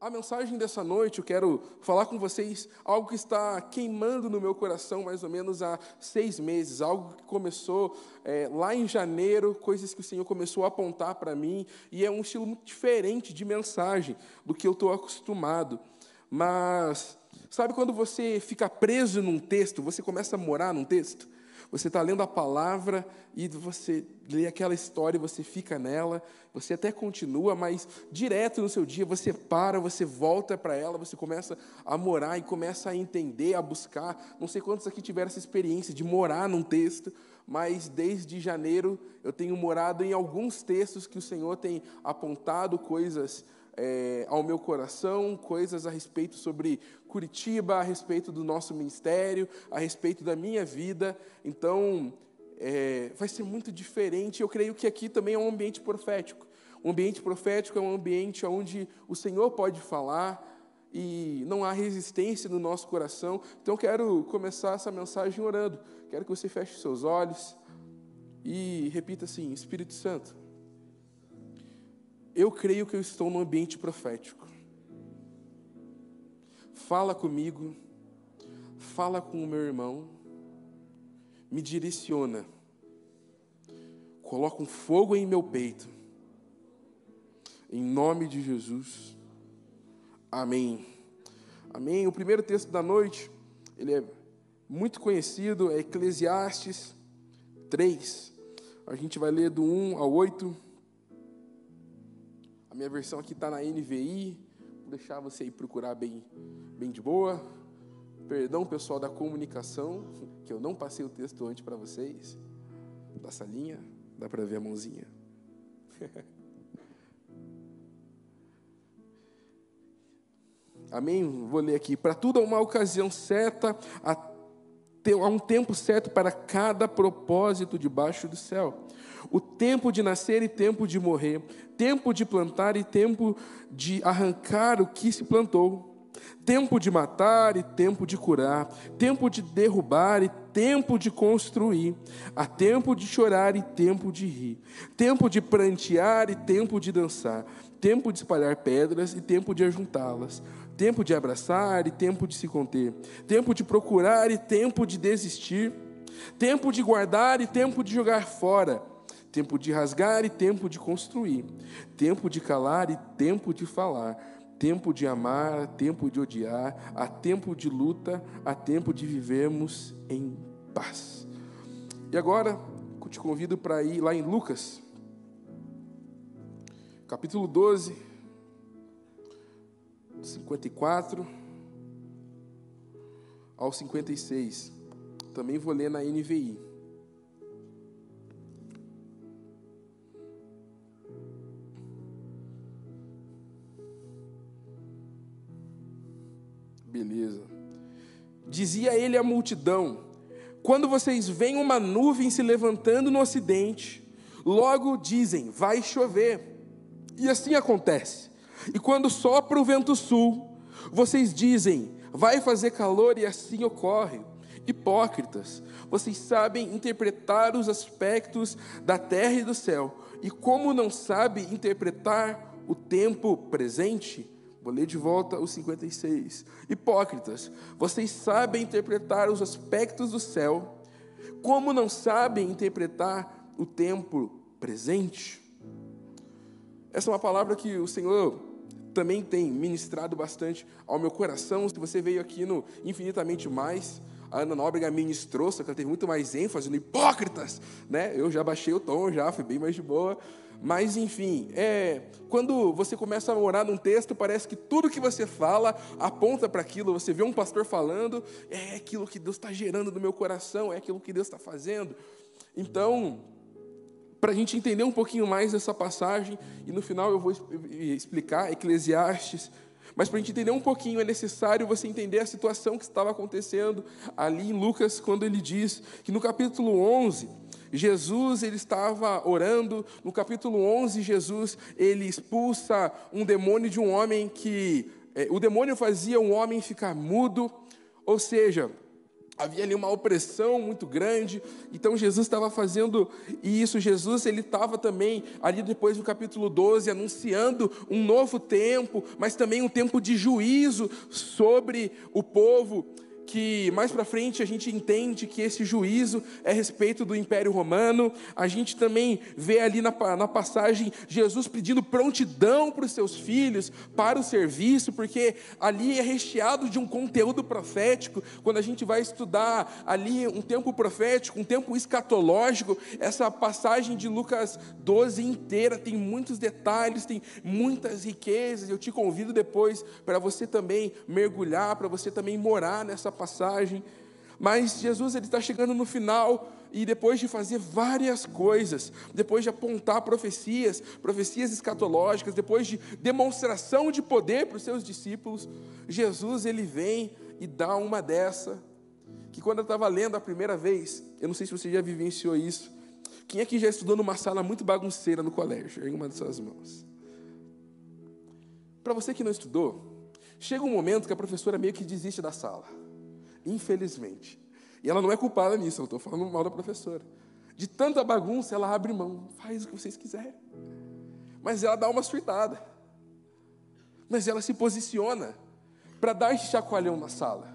A mensagem dessa noite, eu quero falar com vocês algo que está queimando no meu coração mais ou menos há 6 meses, algo que começou lá em janeiro, coisas que o Senhor começou a apontar para mim, e é um estilo muito diferente de mensagem do que eu estou acostumado. Mas, sabe quando você fica preso num texto, você começa a morar num texto? Você está lendo a palavra e você lê aquela história e você fica nela, você até continua, mas direto no seu dia você para, você volta para ela, você começa a morar e começa a entender, a buscar. Não sei quantos aqui tiveram essa experiência de morar num texto, mas desde janeiro eu tenho morado em alguns textos que o Senhor tem apontado coisas ao meu coração, coisas a respeito sobre Curitiba, a respeito do nosso ministério, a respeito da minha vida. Então, vai ser muito diferente. Eu creio que aqui também é um ambiente profético. Um ambiente profético é um ambiente onde o Senhor pode falar e não há resistência no nosso coração. Então, eu quero começar essa mensagem orando. Quero que você feche seus olhos e repita assim: Espírito Santo, eu creio que eu estou num ambiente profético. Fala comigo, fala com o meu irmão, me direciona, coloca um fogo em meu peito, em nome de Jesus, amém. Amém. O primeiro texto da noite, ele é muito conhecido, é Eclesiastes 3. A gente vai ler do 1 ao 8. A minha versão aqui está na NVI, vou deixar você aí procurar bem de boa. Perdão, pessoal da comunicação, que eu não passei o texto antes para vocês. Da salinha, dá para ver a mãozinha. Amém? Vou ler aqui. Para tudo há uma ocasião certa, há um tempo certo para cada propósito debaixo do céu. O tempo de nascer e tempo de morrer, tempo de plantar e tempo de arrancar o que se plantou, tempo de matar e tempo de curar, tempo de derrubar e tempo de construir, há tempo de chorar e tempo de rir, tempo de prantear e tempo de dançar, tempo de espalhar pedras e tempo de ajuntá-las, tempo de abraçar e tempo de se conter, tempo de procurar e tempo de desistir, tempo de guardar e tempo de jogar fora, tempo de rasgar e tempo de construir, tempo de calar e tempo de falar, tempo de amar, tempo de odiar, há tempo de luta, há tempo de vivermos em paz. E agora, eu te convido para ir lá em Lucas, capítulo 12, 54 ao 56. Também vou ler na NVI. Beleza. Dizia ele à multidão: quando vocês veem uma nuvem se levantando no ocidente, logo dizem, vai chover. E assim acontece. E quando sopra o vento sul, vocês dizem, vai fazer calor, e assim ocorre. Hipócritas, vocês sabem interpretar os aspectos da terra e do céu, e como não sabem interpretar o tempo presente? Vou ler de volta o 56. Hipócritas, vocês sabem interpretar os aspectos do céu, como não sabem interpretar o tempo presente? Essa é uma palavra que o Senhor também tem ministrado bastante ao meu coração. Se você veio aqui no Infinitamente Mais, a Ana Nóbrega ministrou, só que ela teve muito mais ênfase no hipócritas, né? Eu já baixei o tom, já fui bem mais de boa. Mas, enfim, quando você começa a orar num texto, parece que tudo que você fala aponta para aquilo. Você vê um pastor falando, é aquilo que Deus está gerando no meu coração, é aquilo que Deus está fazendo. Então, para a gente entender um pouquinho mais dessa passagem, e no final eu vou explicar Eclesiastes, mas para a gente entender um pouquinho, é necessário você entender a situação que estava acontecendo ali em Lucas, quando ele diz que no capítulo 11, Jesus ele estava orando. No capítulo 11, Jesus ele expulsa um demônio de um homem que... o demônio fazia um homem ficar mudo, ou seja, Havia ali uma opressão muito grande, então Jesus estava fazendo isso. Jesus, ele estava também, ali depois do capítulo 12, anunciando um novo tempo, mas também um tempo de juízo sobre o povo, que mais para frente a gente entende que esse juízo é a respeito do Império Romano. A gente também vê ali na passagem Jesus pedindo prontidão para os seus filhos, para o serviço, porque ali é recheado de um conteúdo profético. Quando a gente vai estudar ali um tempo profético, um tempo escatológico, essa passagem de Lucas 12 inteira tem muitos detalhes, tem muitas riquezas. Eu te convido depois para você também mergulhar, para você também morar nessa passagem. Mas Jesus, ele está chegando no final, e depois de fazer várias coisas, depois de apontar profecias escatológicas, depois de demonstração de poder para os seus discípulos, Jesus, ele vem e dá uma dessa, que quando eu estava lendo a primeira vez, eu não sei se você já vivenciou isso. Quem aqui já estudou numa sala muito bagunceira no colégio? Em uma de suas mãos. Para você que não estudou, chega um momento que a professora meio que desiste da sala. Infelizmente. E ela não é culpada nisso, eu estou falando mal da professora. De tanta bagunça, ela abre mão, faz o que vocês quiserem. Mas ela dá uma surtada. Mas ela se posiciona para dar esse chacoalhão na sala.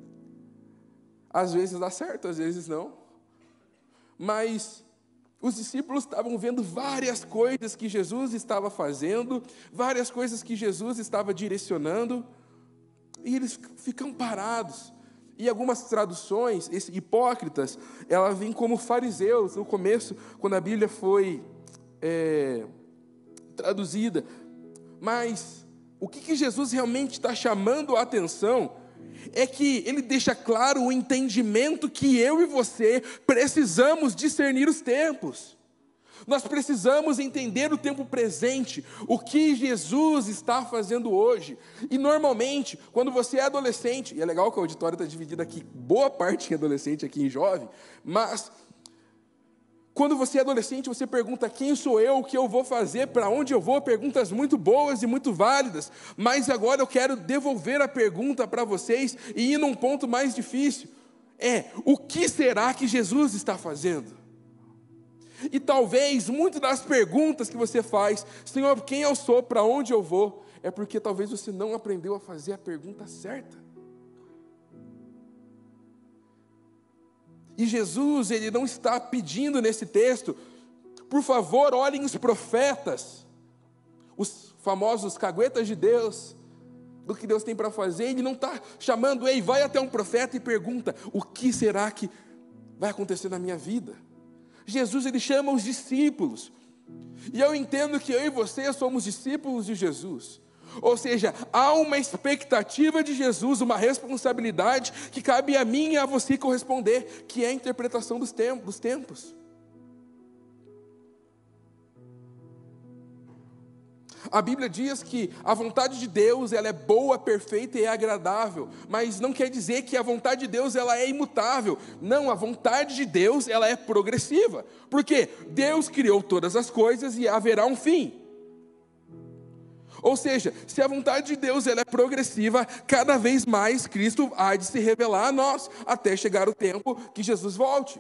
Às vezes dá certo, às vezes não. Mas os discípulos estavam vendo várias coisas que Jesus estava fazendo, várias coisas que Jesus estava direcionando, e eles ficam parados. E algumas traduções, hipócritas, ela vem como fariseus, no começo, quando a Bíblia foi traduzida. Mas o que Jesus realmente está chamando a atenção é que ele deixa claro o entendimento que eu e você precisamos discernir os tempos. Nós precisamos entender o tempo presente, o que Jesus está fazendo hoje. E normalmente, quando você é adolescente, e é legal que o auditório está dividido aqui, boa parte em adolescente, aqui em jovem, mas quando você é adolescente, você pergunta: quem sou eu, o que eu vou fazer, para onde eu vou? Perguntas muito boas e muito válidas. Mas agora eu quero devolver a pergunta para vocês e ir num ponto mais difícil. O que será que Jesus está fazendo? E talvez muitas das perguntas que você faz: Senhor, quem eu sou, para onde eu vou? É porque talvez você não aprendeu a fazer a pergunta certa. E Jesus, ele não está pedindo nesse texto: por favor, olhem os profetas, os famosos caguetas de Deus, do que Deus tem para fazer. Ele não está chamando: ei, vai até um profeta e pergunta: o que será que vai acontecer na minha vida? Jesus, ele chama os discípulos. E eu entendo que eu e você somos discípulos de Jesus. Ou seja, há uma expectativa de Jesus, uma responsabilidade que cabe a mim e a você corresponder, que é a interpretação dos tempos. A Bíblia diz que a vontade de Deus, ela é boa, perfeita e agradável, mas não quer dizer que a vontade de Deus, ela é imutável. Não, a vontade de Deus, ela é progressiva. Porque Deus criou todas as coisas e haverá um fim. Ou seja, se a vontade de Deus, ela é progressiva, cada vez mais Cristo há de se revelar a nós, até chegar o tempo que Jesus volte.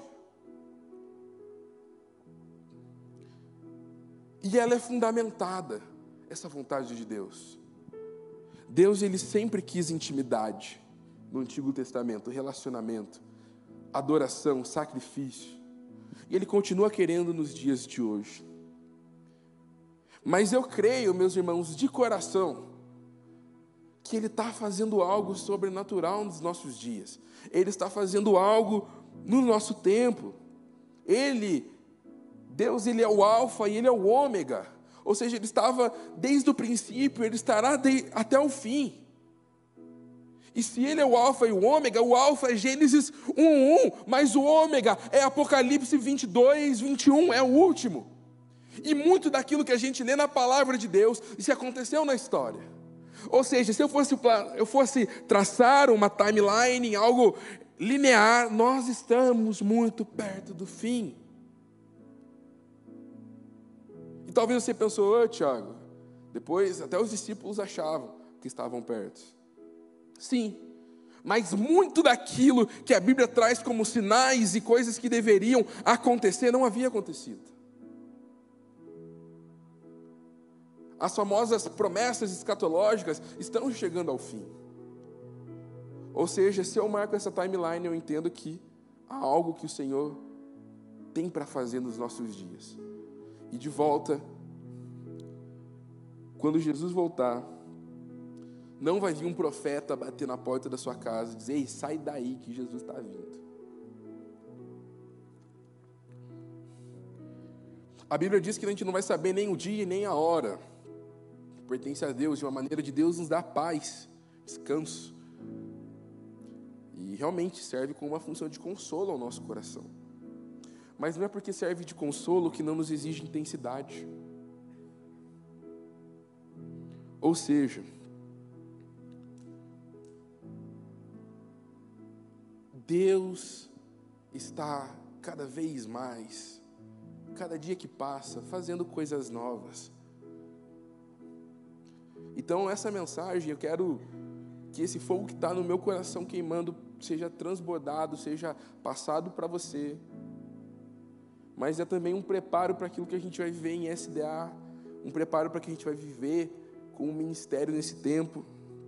E ela é fundamentada, essa vontade de Deus. Deus, ele sempre quis intimidade no Antigo Testamento, relacionamento, adoração, sacrifício. E ele continua querendo nos dias de hoje. Mas eu creio, meus irmãos, de coração, que ele está fazendo algo sobrenatural nos nossos dias. Ele está fazendo algo no nosso tempo. Deus, ele é o alfa e ele é o ômega. Ou seja, ele estava desde o princípio, ele estará até o fim. E se ele é o alfa e o ômega, o alfa é Gênesis 1:1, mas o ômega é Apocalipse 22:21, é o último. E muito daquilo que a gente lê na palavra de Deus, isso aconteceu na história. Ou seja, se eu fosse traçar uma timeline, algo linear, nós estamos muito perto do fim. E talvez você pensou: Tiago, depois até os discípulos achavam que estavam perto. Sim, Mas muito daquilo que a Bíblia traz como sinais e coisas que deveriam acontecer não havia acontecido. As famosas promessas escatológicas estão chegando ao fim. Ou seja, se eu marco essa timeline, eu entendo que há algo que o Senhor tem para fazer nos nossos dias. E de volta, quando Jesus voltar, não vai vir um profeta bater na porta da sua casa e dizer: ei, sai daí que Jesus está vindo. A Bíblia diz que a gente não vai saber nem o dia e nem a hora. Pertence a Deus, de uma maneira de Deus nos dar paz, descanso. E realmente serve como uma função de consolo ao nosso coração. Mas não é porque serve de consolo que não nos exige intensidade. Ou seja, Deus está cada vez mais, cada dia que passa, fazendo coisas novas. Então essa mensagem, eu quero que esse fogo que está no meu coração queimando seja transbordado, seja passado para você. Mas é também um preparo para aquilo que a gente vai viver em SDA, um preparo para que a gente vai viver com o ministério nesse tempo.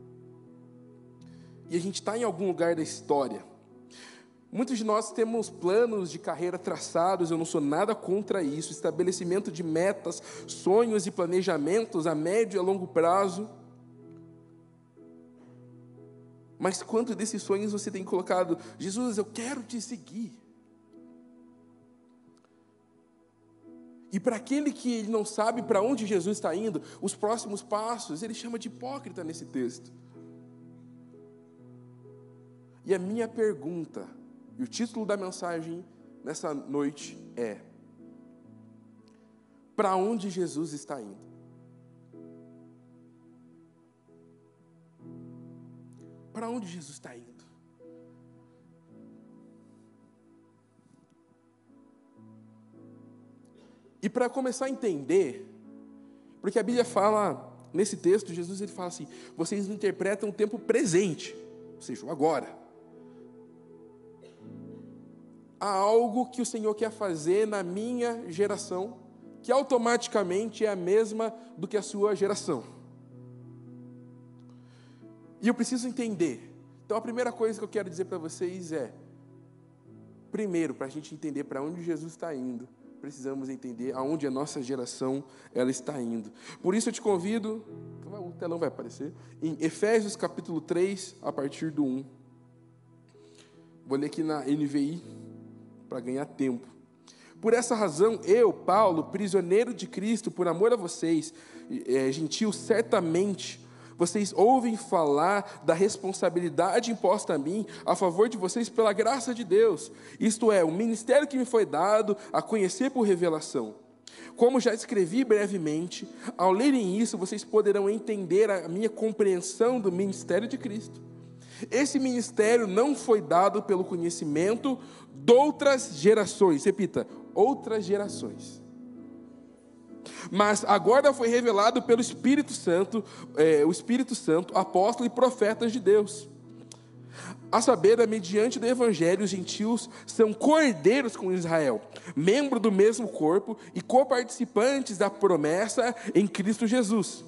E a gente está em algum lugar da história. Muitos de nós temos planos de carreira traçados, eu não sou nada contra isso, estabelecimento de metas, sonhos e planejamentos a médio e a longo prazo. Mas quanto desses sonhos você tem colocado: Jesus, eu quero te seguir? E para aquele que ele não sabe para onde Jesus está indo, os próximos passos, ele chama de hipócrita nesse texto. E a minha pergunta, e o título da mensagem nessa noite é: para onde Jesus está indo? Para onde Jesus está indo? E para começar a entender, porque a Bíblia fala, nesse texto, Jesus ele fala assim: vocês não interpretam o tempo presente, ou seja, o agora. Há algo que o Senhor quer fazer na minha geração, que automaticamente é a mesma do que a sua geração. E eu preciso entender. Então a primeira coisa que eu quero dizer para vocês é: primeiro, para a gente entender para onde Jesus está indo, precisamos entender aonde a nossa geração ela está indo. Por isso eu te convido, o telão vai aparecer, em Efésios capítulo 3, a partir do 1. Vou ler aqui na NVI, para ganhar tempo. Por essa razão, eu, Paulo, prisioneiro de Cristo, por amor a vocês, gentios, certamente, vocês ouvem falar da responsabilidade imposta a mim, a favor de vocês pela graça de Deus. Isto é, o ministério que me foi dado a conhecer por revelação. Como já escrevi brevemente, ao lerem isso, vocês poderão entender a minha compreensão do ministério de Cristo. Esse ministério não foi dado pelo conhecimento de outras gerações. Repita, outras gerações. Mas agora foi revelado pelo Espírito Santo, o Espírito Santo, apóstolo e profetas de Deus. A saber, mediante do Evangelho, os gentios são co-herdeiros com Israel, membro do mesmo corpo e coparticipantes da promessa em Cristo Jesus.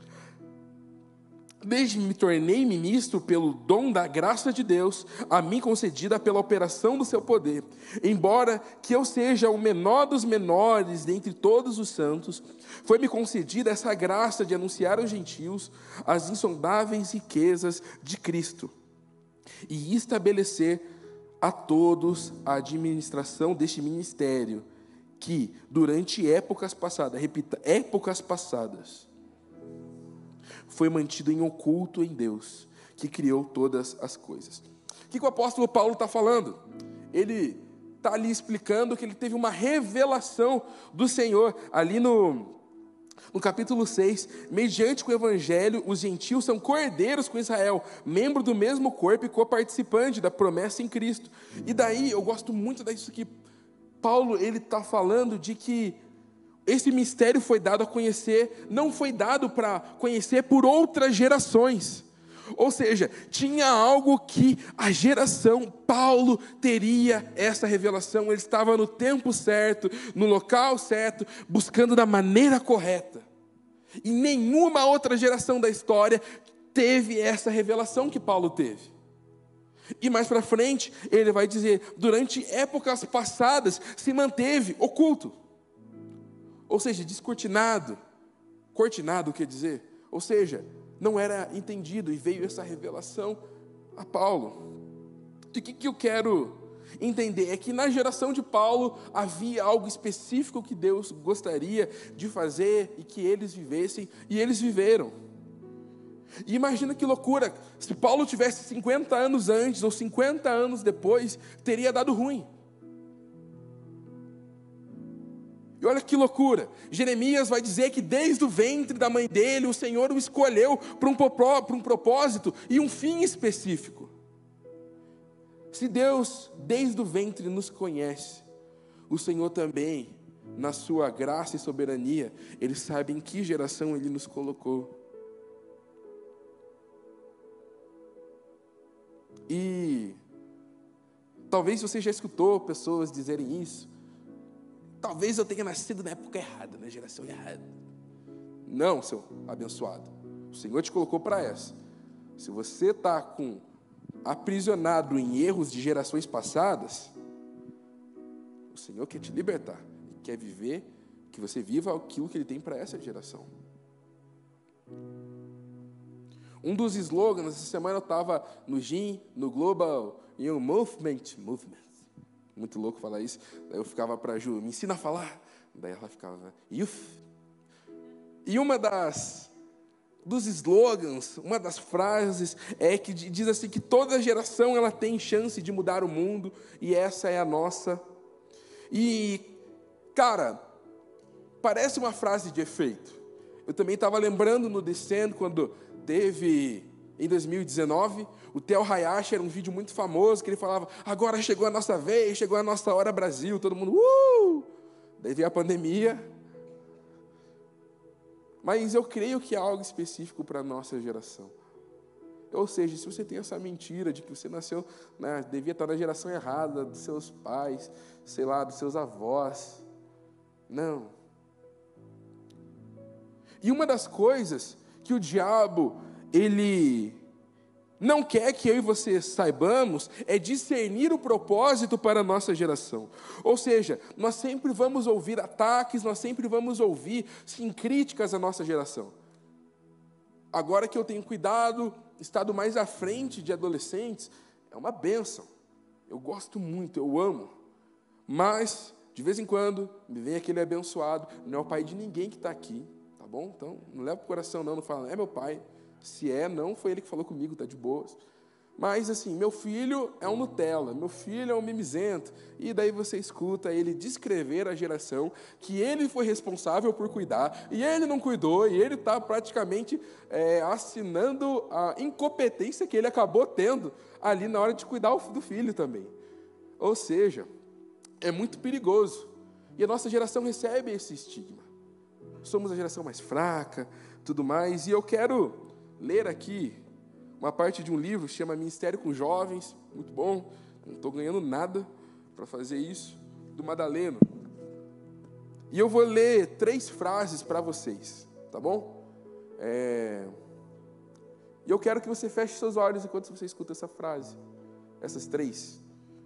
Desde me tornei ministro pelo dom da graça de Deus, a mim concedida pela operação do seu poder. Embora que eu seja o menor dos menores dentre todos os santos, foi-me concedida essa graça de anunciar aos gentios as insondáveis riquezas de Cristo e estabelecer a todos a administração deste ministério, que durante épocas passadas, repita, épocas passadas, foi mantido em oculto em Deus, que criou todas as coisas. O que o apóstolo Paulo está falando? Ele está ali explicando que ele teve uma revelação do Senhor, ali no capítulo 6, mediante o Evangelho, os gentios são co-herdeiros com Israel, membro do mesmo corpo e coparticipante da promessa em Cristo. E daí, eu gosto muito disso que Paulo está falando de que esse mistério foi dado a conhecer, não foi dado para conhecer por outras gerações. Ou seja, tinha algo que a geração Paulo teria essa revelação. Ele estava no tempo certo, no local certo, buscando da maneira correta. E nenhuma outra geração da história teve essa revelação que Paulo teve. E mais para frente, ele vai dizer, durante épocas passadas, se manteve oculto. Ou seja, descortinado. Cortinado quer dizer? Ou seja, não era entendido e veio essa revelação a Paulo. E o que eu quero entender? É que na geração de Paulo havia algo específico que Deus gostaria de fazer e que eles vivessem, e eles viveram. E imagina que loucura, se Paulo tivesse 50 anos antes ou 50 anos depois, teria dado ruim. E olha que loucura, Jeremias vai dizer que desde o ventre da mãe dele, o Senhor o escolheu para um propósito e um fim específico. Se Deus, desde o ventre, nos conhece, o Senhor também, na sua graça e soberania, Ele sabe em que geração Ele nos colocou. E talvez você já escutou pessoas dizerem isso. Talvez eu tenha nascido na época errada, na geração errada. Não, seu abençoado. O Senhor te colocou para essa. Se você está aprisionado em erros de gerações passadas, o Senhor quer te libertar. Ele quer que você viva aquilo que Ele tem para essa geração. Um dos slogans, essa semana eu estava no GYM, no Global Young Movement. Muito louco falar isso. Daí eu ficava para a Ju, me ensina a falar. Daí ela ficava, Youth. E dos slogans, uma das frases é que diz assim, que toda geração ela tem chance de mudar o mundo, e essa é a nossa. E, cara, parece uma frase de efeito. Eu também estava lembrando no Descendo, quando teve, em 2019, o Theo Hayashi, era um vídeo muito famoso, que ele falava, agora chegou a nossa vez, chegou a nossa hora Brasil, todo mundo, Daí veio a pandemia. Mas eu creio que há algo específico para a nossa geração. Ou seja, se você tem essa mentira de que você nasceu, devia estar na geração errada, dos seus pais, sei lá, dos seus avós. Não. E uma das coisas que o diabo, ele não quer que eu e você saibamos, é discernir o propósito para a nossa geração. Ou seja, nós sempre vamos ouvir ataques, nós sempre vamos ouvir, sim, críticas à nossa geração. Agora que eu tenho cuidado, estado mais à frente de adolescentes, é uma bênção. Eu gosto muito, eu amo. Mas, de vez em quando, me vem aquele abençoado, não é o pai de ninguém que está aqui, tá bom? Então, não leva para o coração não fala, é meu pai. Se não foi ele que falou comigo, está de boas. Mas assim, meu filho é um Nutella, meu filho é um mimizento. E daí você escuta ele descrever a geração que ele foi responsável por cuidar, e ele não cuidou, e ele está praticamente assinando a incompetência que ele acabou tendo ali na hora de cuidar do filho também. Ou seja, é muito perigoso. E a nossa geração recebe esse estigma. Somos a geração mais fraca, tudo mais. E eu quero ler aqui uma parte de um livro que se chama Ministério com Jovens, muito bom, não estou ganhando nada para fazer isso, do Madaleno. E eu vou ler 3 frases para vocês, tá bom? E eu quero que você feche seus olhos enquanto você escuta essa frase, essas 3.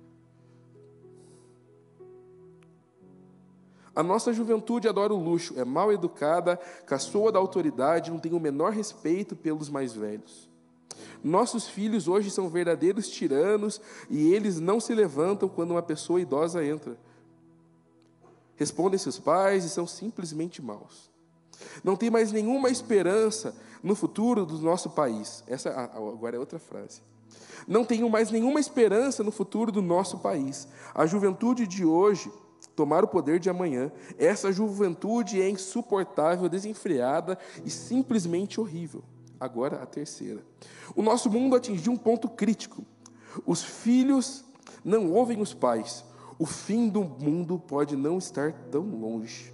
A nossa juventude adora o luxo, é mal educada, caçoa da autoridade, não tem o menor respeito pelos mais velhos. Nossos filhos hoje são verdadeiros tiranos e eles não se levantam quando uma pessoa idosa entra. Respondem seus pais e são simplesmente maus. Não tem mais nenhuma esperança no futuro do nosso país. Essa agora é outra frase. Não tenho mais nenhuma esperança no futuro do nosso país. A juventude de hoje tomar o poder de amanhã. Essa juventude é insuportável, desenfreada e simplesmente horrível. Agora a 3ª. O nosso mundo atingiu um ponto crítico. Os filhos não ouvem os pais. O fim do mundo pode não estar tão longe.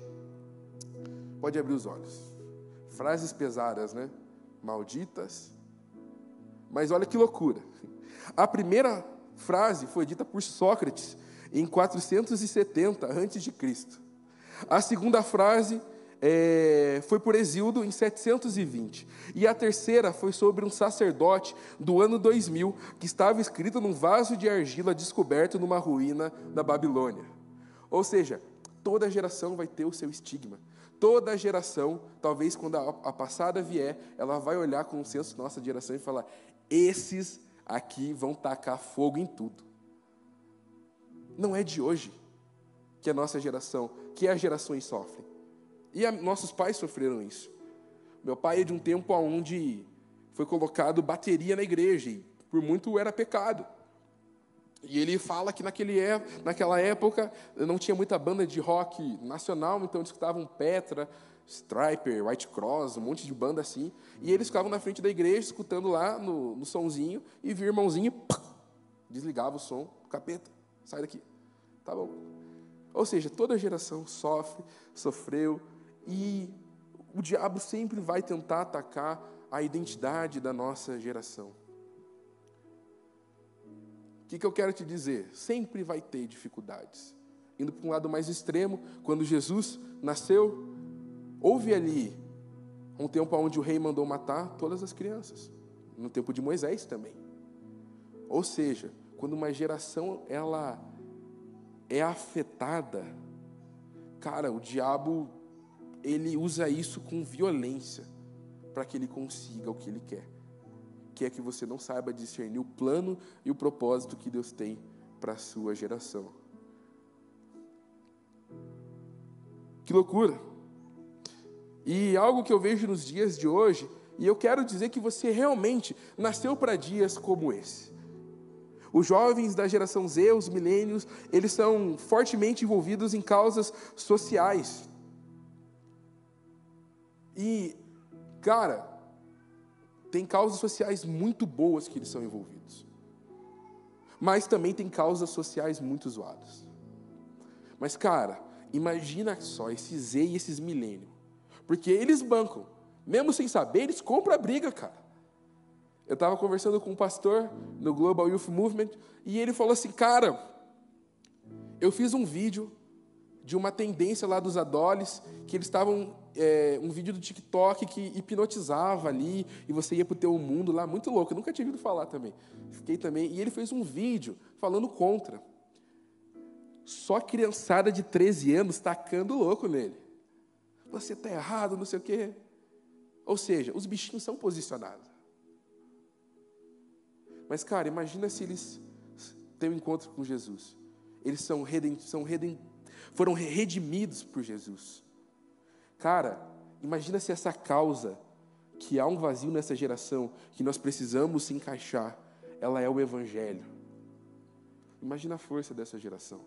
Pode abrir os olhos. Frases pesadas, né? Malditas. Mas olha que loucura. A primeira frase foi dita por Sócrates em 470 a.C. A segunda frase foi por Hesíodo em 720. E a terceira foi sobre um sacerdote do ano 2000, que estava escrito num vaso de argila descoberto numa ruína da Babilônia. Ou seja, toda geração vai ter o seu estigma. Toda geração, talvez quando a passada vier, ela vai olhar com o senso da nossa geração e falar: esses aqui vão tacar fogo em tudo. Não é de hoje que a nossa geração, que as gerações sofrem. E nossos pais sofreram isso. Meu pai é de um tempo onde foi colocado bateria na igreja, e por muito era pecado. E ele fala que naquela época não tinha muita banda de rock nacional, então eles escutavam Petra, Striper, White Cross, um monte de banda assim. E eles ficavam na frente da igreja, escutando lá no sonzinho, e via o irmãozinho, desligava o som, capeta, sai daqui. Tá bom. Ou seja, toda geração sofreu, e o diabo sempre vai tentar atacar a identidade da nossa geração. O que eu quero te dizer? Sempre vai ter dificuldades. Indo para um lado mais extremo, quando Jesus nasceu, houve ali um tempo onde o rei mandou matar todas as crianças. No tempo de Moisés também. Ou seja, quando uma geração ela é afetada, cara, o diabo ele usa isso com violência para que ele consiga o que ele quer. Que é que você não saiba discernir o plano e o propósito que Deus tem para a sua geração. Que loucura! E algo que eu vejo nos dias de hoje, e eu quero dizer que você realmente nasceu para dias como esse. Os jovens da geração Z, os milênios, eles são fortemente envolvidos em causas sociais. E, cara, tem causas sociais muito boas que eles são envolvidos. Mas também tem causas sociais muito zoadas. Mas, cara, imagina só esses Z e esses milênios. Porque eles bancam. Mesmo sem saber, eles compram a briga, cara. Eu estava conversando com um pastor no Global Youth Movement, e ele falou assim: cara, eu fiz um vídeo de uma tendência lá dos adoles, que eles estavam, um vídeo do TikTok que hipnotizava ali, e você ia para o teu mundo lá, muito louco, eu nunca tinha ouvido falar também. Fiquei também, e ele fez um vídeo falando contra. Só criançada de 13 anos tacando louco nele. Você está errado, não sei o quê. Ou seja, os bichinhos são posicionados. Mas, cara, imagina se eles têm um encontro com Jesus. Eles foram redimidos por Jesus. Cara, imagina se essa causa, que há um vazio nessa geração, que nós precisamos se encaixar, ela é o Evangelho. Imagina a força dessa geração.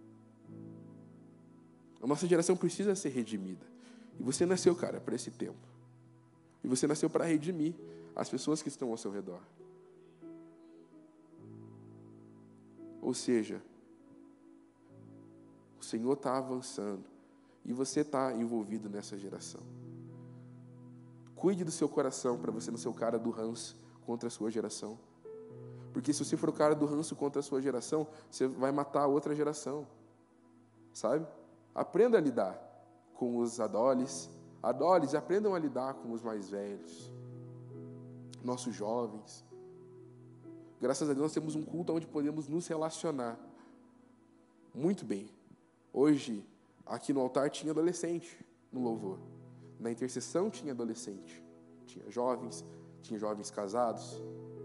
A nossa geração precisa ser redimida. E você nasceu, cara, para esse tempo. E você nasceu para redimir as pessoas que estão ao seu redor. Ou seja, o Senhor está avançando e você está envolvido nessa geração. Cuide do seu coração para você não ser o cara do ranço contra a sua geração. Porque se você for o cara do ranço contra a sua geração, você vai matar a outra geração. Sabe? Aprenda a lidar com os adoles. Adoles, aprendam a lidar com os mais velhos. Nossos jovens. Graças a Deus nós temos um culto onde podemos nos relacionar muito bem. Hoje, aqui no altar tinha adolescente no louvor. Na intercessão tinha adolescente. Tinha jovens casados.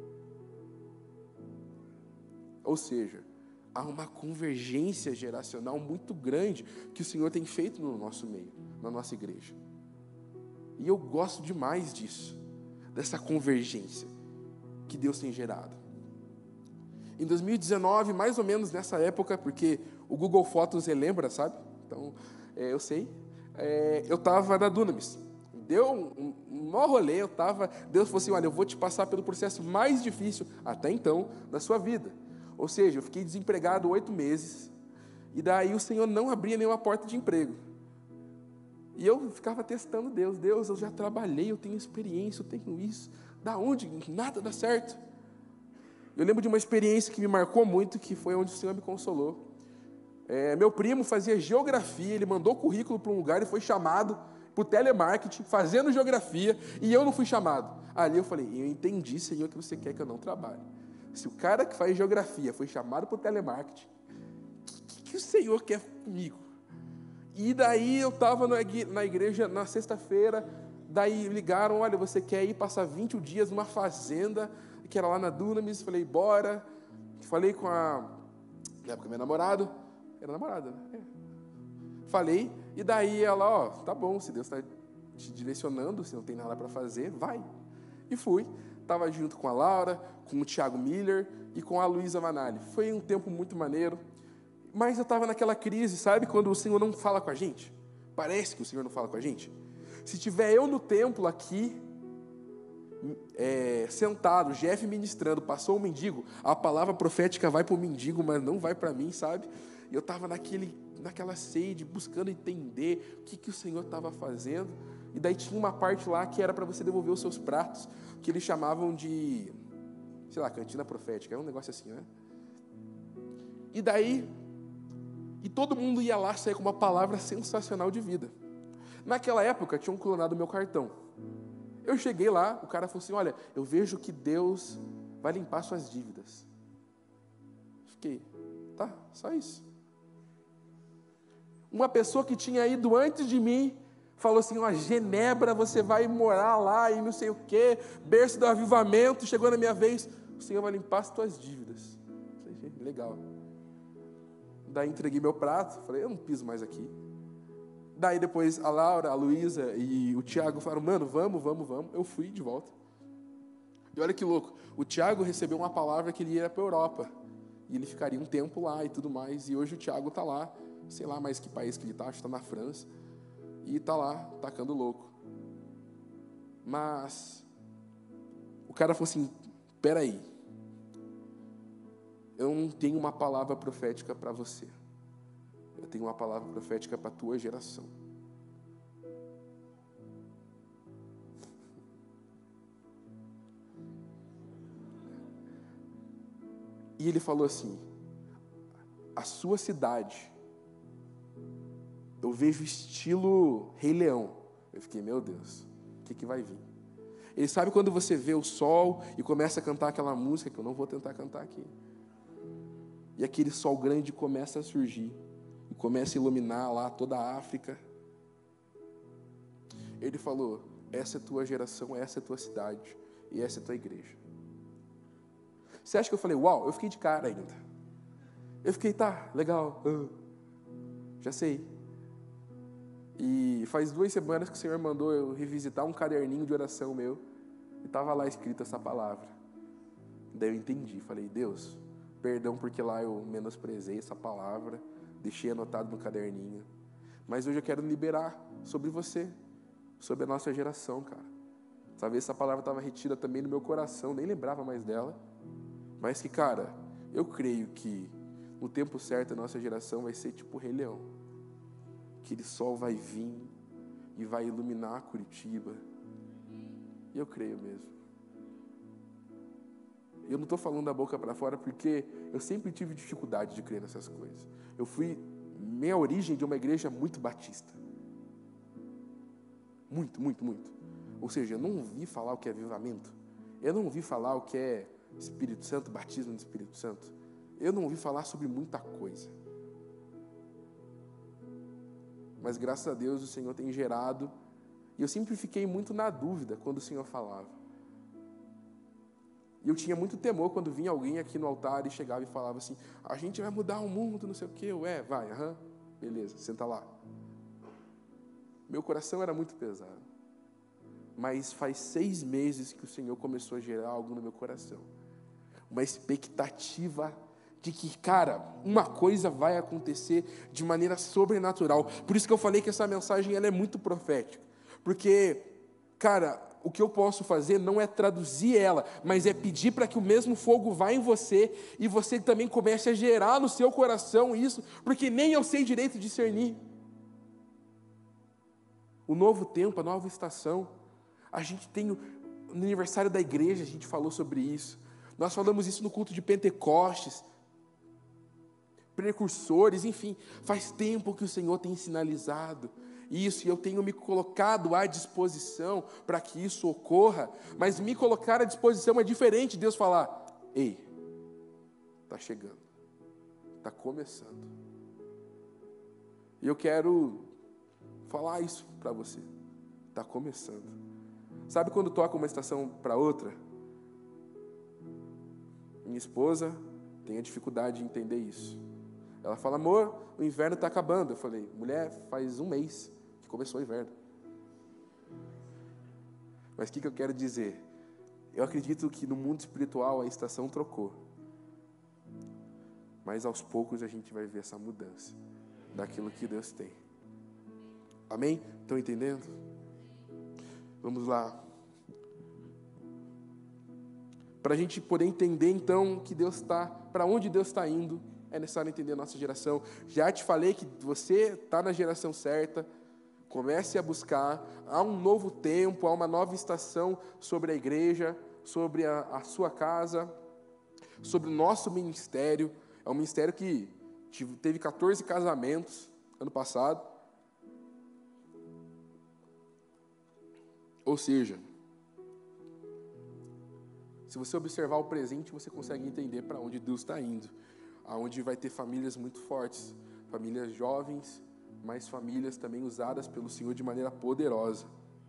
Ou seja, há uma convergência geracional muito grande que o Senhor tem feito no nosso meio, na nossa igreja. E eu gosto demais disso, dessa convergência que Deus tem gerado. Em 2019, mais ou menos nessa época, porque o Google Fotos relembra, sabe? Então, eu sei. Eu estava na Dunamis. Deu um maior rolê, Deus falou assim: olha, eu vou te passar pelo processo mais difícil, até então, da sua vida. Ou seja, eu fiquei desempregado 8 meses, e daí o Senhor não abria nenhuma porta de emprego. E eu ficava testando Deus, eu já trabalhei, eu tenho experiência, eu tenho isso, Da onde? Nada dá certo. Eu lembro de uma experiência que me marcou muito, que foi onde o Senhor me consolou. Meu primo fazia geografia, ele mandou currículo para um lugar e foi chamado para o telemarketing, fazendo geografia, e eu não fui chamado. Ali eu falei, eu entendi, Senhor, que você quer que eu não trabalhe. Se o cara que faz geografia foi chamado para o telemarketing, o que o Senhor quer comigo? E daí eu estava na igreja na sexta-feira, daí ligaram, olha, você quer ir passar 20 dias numa fazenda, que era lá na Dunamis? Falei, bora. Falei com na época, minha namorada, era namorada, né? Falei, e daí ela, tá bom, se Deus está te direcionando, se não tem nada para fazer, vai. E fui. Estava junto com a Laura, com o Thiago Miller e com a Luísa Vanali. Foi um tempo muito maneiro, mas eu estava naquela crise, sabe, quando o Senhor não fala com a gente? Parece que o Senhor não fala com a gente. Se tiver eu no templo aqui, sentado, Jeff ministrando, passou um mendigo, a palavra profética vai para o mendigo, mas não vai para mim, sabe? E eu estava naquela sede, buscando entender o que o Senhor estava fazendo. E daí tinha uma parte lá que era para você devolver os seus pratos, que eles chamavam de, sei lá, cantina profética, é um negócio assim, né? E daí, todo mundo ia lá sair com uma palavra sensacional de vida. Naquela época, tinham clonado o meu cartão. Eu cheguei lá, o cara falou assim, olha, eu vejo que Deus vai limpar suas dívidas. Fiquei, tá, só isso. Uma pessoa que tinha ido antes de mim, falou assim, Genebra, você vai morar lá e não sei o quê, berço do avivamento, chegou na minha vez, o Senhor vai limpar as tuas dívidas. Falei, legal. Daí entreguei meu prato, falei, eu não piso mais aqui. Daí depois a Laura, a Luísa e o Thiago falaram, mano, vamos. Eu fui de volta. E olha que louco, o Thiago recebeu uma palavra que ele ia para a Europa. E ele ficaria um tempo lá e tudo mais. E hoje o Thiago está lá, sei lá mais que país que ele está, acho que está na França. E está lá, tacando louco. Mas o cara falou assim, peraí, eu não tenho uma palavra profética para você. Eu tenho uma palavra profética para a tua geração. E ele falou assim, a sua cidade, eu vejo estilo Rei Leão. Eu fiquei, meu Deus, o que vai vir? Ele sabe quando você vê o sol e começa a cantar aquela música, que eu não vou tentar cantar aqui. E aquele sol grande começa a surgir. E começa a iluminar lá toda a África. Ele falou, essa é a tua geração, essa é a tua cidade, e essa é a tua igreja. Você acha que eu falei, uau? Eu fiquei de cara ainda. Eu fiquei, tá, legal, já sei. E faz 2 semanas que o Senhor mandou eu revisitar um caderninho de oração meu, e estava lá escrita essa palavra. Daí eu entendi, falei, Deus, perdão porque lá eu menosprezei essa palavra, deixei anotado no caderninho. Mas hoje eu quero liberar sobre você, sobre a nossa geração, cara. Talvez essa palavra estava retida também no meu coração, nem lembrava mais dela. Mas que, cara, eu creio que no tempo certo a nossa geração vai ser tipo o Rei Leão. Aquele sol vai vir e vai iluminar Curitiba. E eu creio mesmo. Eu não estou falando da boca para fora porque eu sempre tive dificuldade de crer nessas coisas. Minha origem de uma igreja muito batista. Muito. Ou seja, eu não ouvi falar o que é avivamento. Eu não ouvi falar o que é Espírito Santo, batismo no Espírito Santo. Eu não ouvi falar sobre muita coisa. Mas graças a Deus o Senhor tem gerado. E eu sempre fiquei muito na dúvida quando o Senhor falava. E eu tinha muito temor quando vinha alguém aqui no altar e chegava e falava assim, a gente vai mudar o mundo, não sei o quê. Vai, beleza, senta lá. Meu coração era muito pesado. Mas faz 6 meses que o Senhor começou a gerar algo no meu coração. Uma expectativa de que, cara, uma coisa vai acontecer de maneira sobrenatural. Por isso que eu falei que essa mensagem ela é muito profética. Porque, cara, o que eu posso fazer não é traduzir ela, mas é pedir para que o mesmo fogo vá em você e você também comece a gerar no seu coração isso, porque nem eu sei direito discernir. O novo tempo, a nova estação, a gente tem No aniversário da igreja a gente falou sobre isso. Nós falamos isso no culto de Pentecostes. Precursores, enfim. Faz tempo que o Senhor tem sinalizado isso, e eu tenho me colocado à disposição para que isso ocorra. Mas me colocar à disposição é diferente de Deus falar: ei, está chegando, está começando. E eu quero falar isso para você. Está começando. Sabe quando toca uma estação para outra? Minha esposa tem a dificuldade de entender isso. Ela fala: amor, o inverno está acabando. Eu falei: mulher, faz um mês que começou o inverno. Mas o que eu quero dizer? Eu acredito que no mundo espiritual a estação trocou. Mas aos poucos a gente vai ver essa mudança daquilo que Deus tem. Amém? Estão entendendo? Vamos lá. Para a gente poder entender então que Deus está, para onde Deus está indo, é necessário entender a nossa geração. Já te falei que você está na geração certa. Comece a buscar. Há um novo tempo, há uma nova estação sobre a igreja, sobre a sua casa, sobre o nosso ministério. É um ministério que teve 14 casamentos ano passado. Ou seja, se você observar o presente, você consegue entender para onde Deus está indo. Aonde vai ter famílias muito fortes, famílias jovens, mas famílias também usadas pelo Senhor de maneira poderosa.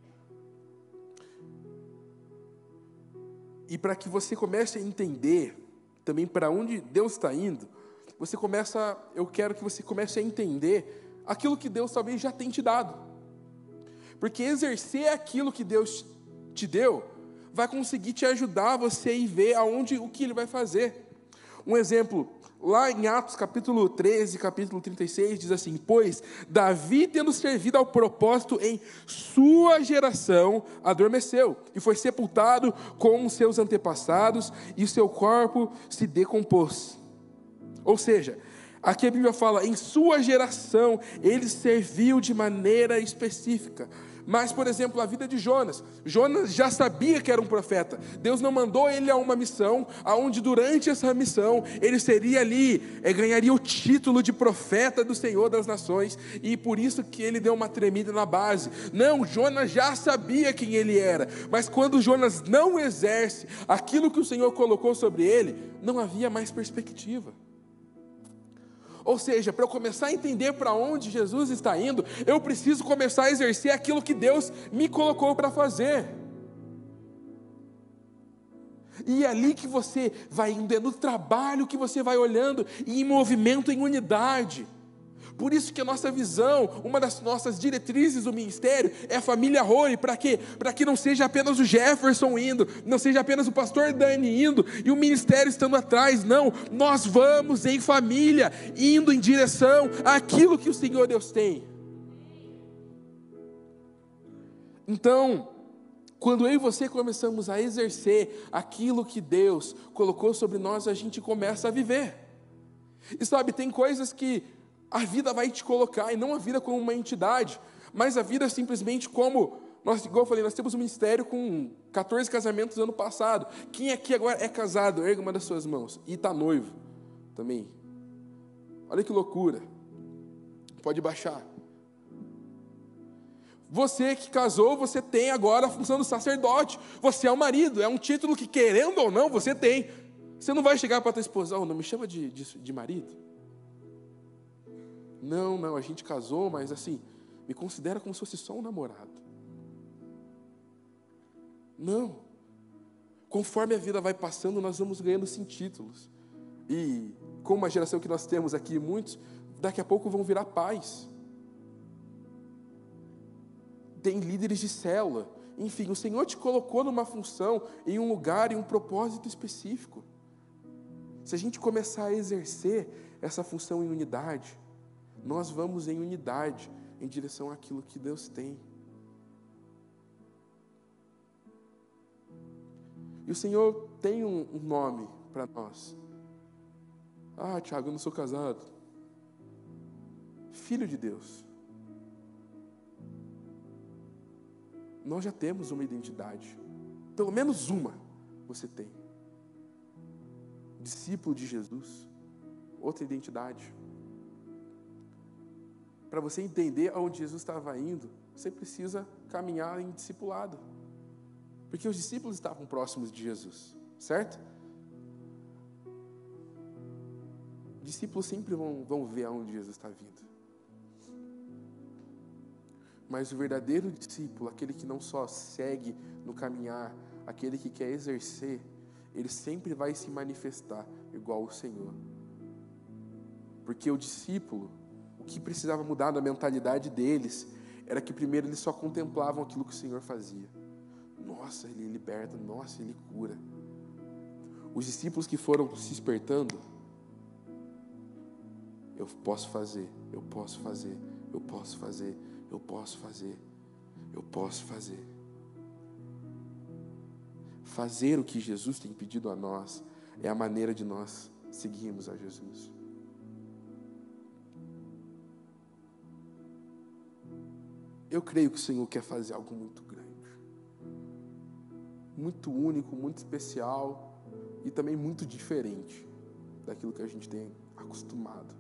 E para que você comece a entender também para onde Deus está indo, eu quero que você comece a entender aquilo que Deus talvez já tem te dado. Porque exercer aquilo que Deus te deu vai conseguir te ajudar a você ir ver o que Ele vai fazer. Um exemplo, lá em Atos capítulo 13, capítulo 36, diz assim: pois Davi, tendo servido ao propósito em sua geração, adormeceu e foi sepultado com os seus antepassados, e seu corpo se decompôs. Ou seja, aqui a Bíblia fala: em sua geração ele serviu de maneira específica. Mas, por exemplo, a vida de Jonas. Jonas já sabia que era um profeta. Deus não mandou ele a uma missão, onde durante essa missão ele seria ali, ganharia o título de profeta do Senhor das nações, e por isso que ele deu uma tremida na base. Não, Jonas já sabia quem ele era, mas quando Jonas não exerce aquilo que o Senhor colocou sobre ele, não havia mais perspectiva. Ou seja, para eu começar a entender para onde Jesus está indo, eu preciso começar a exercer aquilo que Deus me colocou para fazer. E é ali que você vai indo, é no trabalho que você vai olhando, e em movimento, em unidade. Por isso que a nossa visão, uma das nossas diretrizes do ministério é a família Role. Para quê? Para que não seja apenas o Jefferson indo, não seja apenas o pastor Dani indo e o ministério estando atrás. Não, nós vamos em família, indo em direção àquilo que o Senhor Deus tem. Então, quando eu e você começamos a exercer aquilo que Deus colocou sobre nós, a gente começa a viver. E sabe, tem coisas que a vida vai te colocar, e não a vida como uma entidade, mas a vida simplesmente como, igual eu falei, nós temos um ministério com 14 casamentos no ano passado. Quem aqui agora é casado? Erga uma das suas mãos. E está noivo também. Olha que loucura. Pode baixar. Você que casou, você tem agora a função do sacerdote. Você é o marido, é um título que, querendo ou não, você tem. Você não vai chegar para a tua esposa: não me chama de marido. Não, a gente casou, mas assim, me considera como se fosse só um namorado. Não. Conforme a vida vai passando, nós vamos ganhando sim títulos. E como a geração que nós temos aqui, muitos, daqui a pouco vão virar pais. Tem líderes de célula. Enfim, o Senhor te colocou numa função, em um lugar, em um propósito específico. Se a gente começar a exercer essa função em unidade, nós vamos em unidade em direção àquilo que Deus tem. E o Senhor tem um nome para nós. Ah, Tiago, eu não sou casado. Filho de Deus. Nós já temos uma identidade. pelo menos uma você tem. Discípulo de Jesus, outra identidade. Para você entender aonde Jesus estava indo, você precisa caminhar em discipulado. Porque os discípulos estavam próximos de Jesus, certo? Discípulos sempre vão ver aonde Jesus está vindo. Mas o verdadeiro discípulo, aquele que não só segue no caminhar, aquele que quer exercer, ele sempre vai se manifestar igual o Senhor. Porque o discípulo, o que precisava mudar na mentalidade deles, era que primeiro eles só contemplavam aquilo que o Senhor fazia. Nossa, Ele liberta, nossa, Ele cura. Os discípulos que foram se despertando, eu posso fazer, eu posso fazer, eu posso fazer, eu posso fazer, eu posso fazer. Fazer o que Jesus tem pedido a nós é a maneira de nós seguirmos a Jesus. Eu creio que o Senhor quer fazer algo muito grande, muito único, muito especial e também muito diferente daquilo que a gente tem acostumado.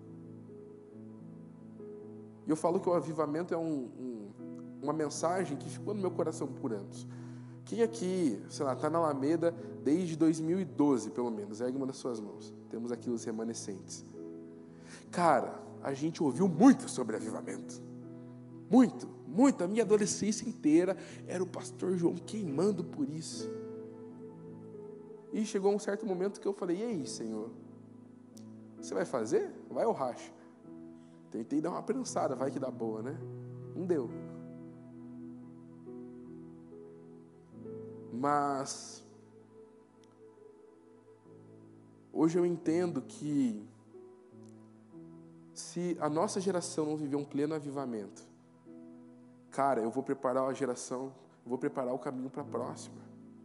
E eu falo que o avivamento é uma mensagem que ficou no meu coração por anos. Quem aqui, sei lá, está na Alameda desde 2012, pelo menos, ergue uma das suas mãos. Temos aqui os remanescentes. Cara, a gente ouviu muito sobre avivamento. Muito, muito. A minha adolescência inteira era o pastor João queimando por isso. E chegou um certo momento que eu falei, e aí, Senhor? Você vai fazer? Vai ou racha? Tentei dar uma prensada, vai que dá boa, né? Não deu. Mas hoje eu entendo que se a nossa geração não viver um pleno avivamento, cara, eu vou preparar a geração, eu vou preparar o caminho para a próxima.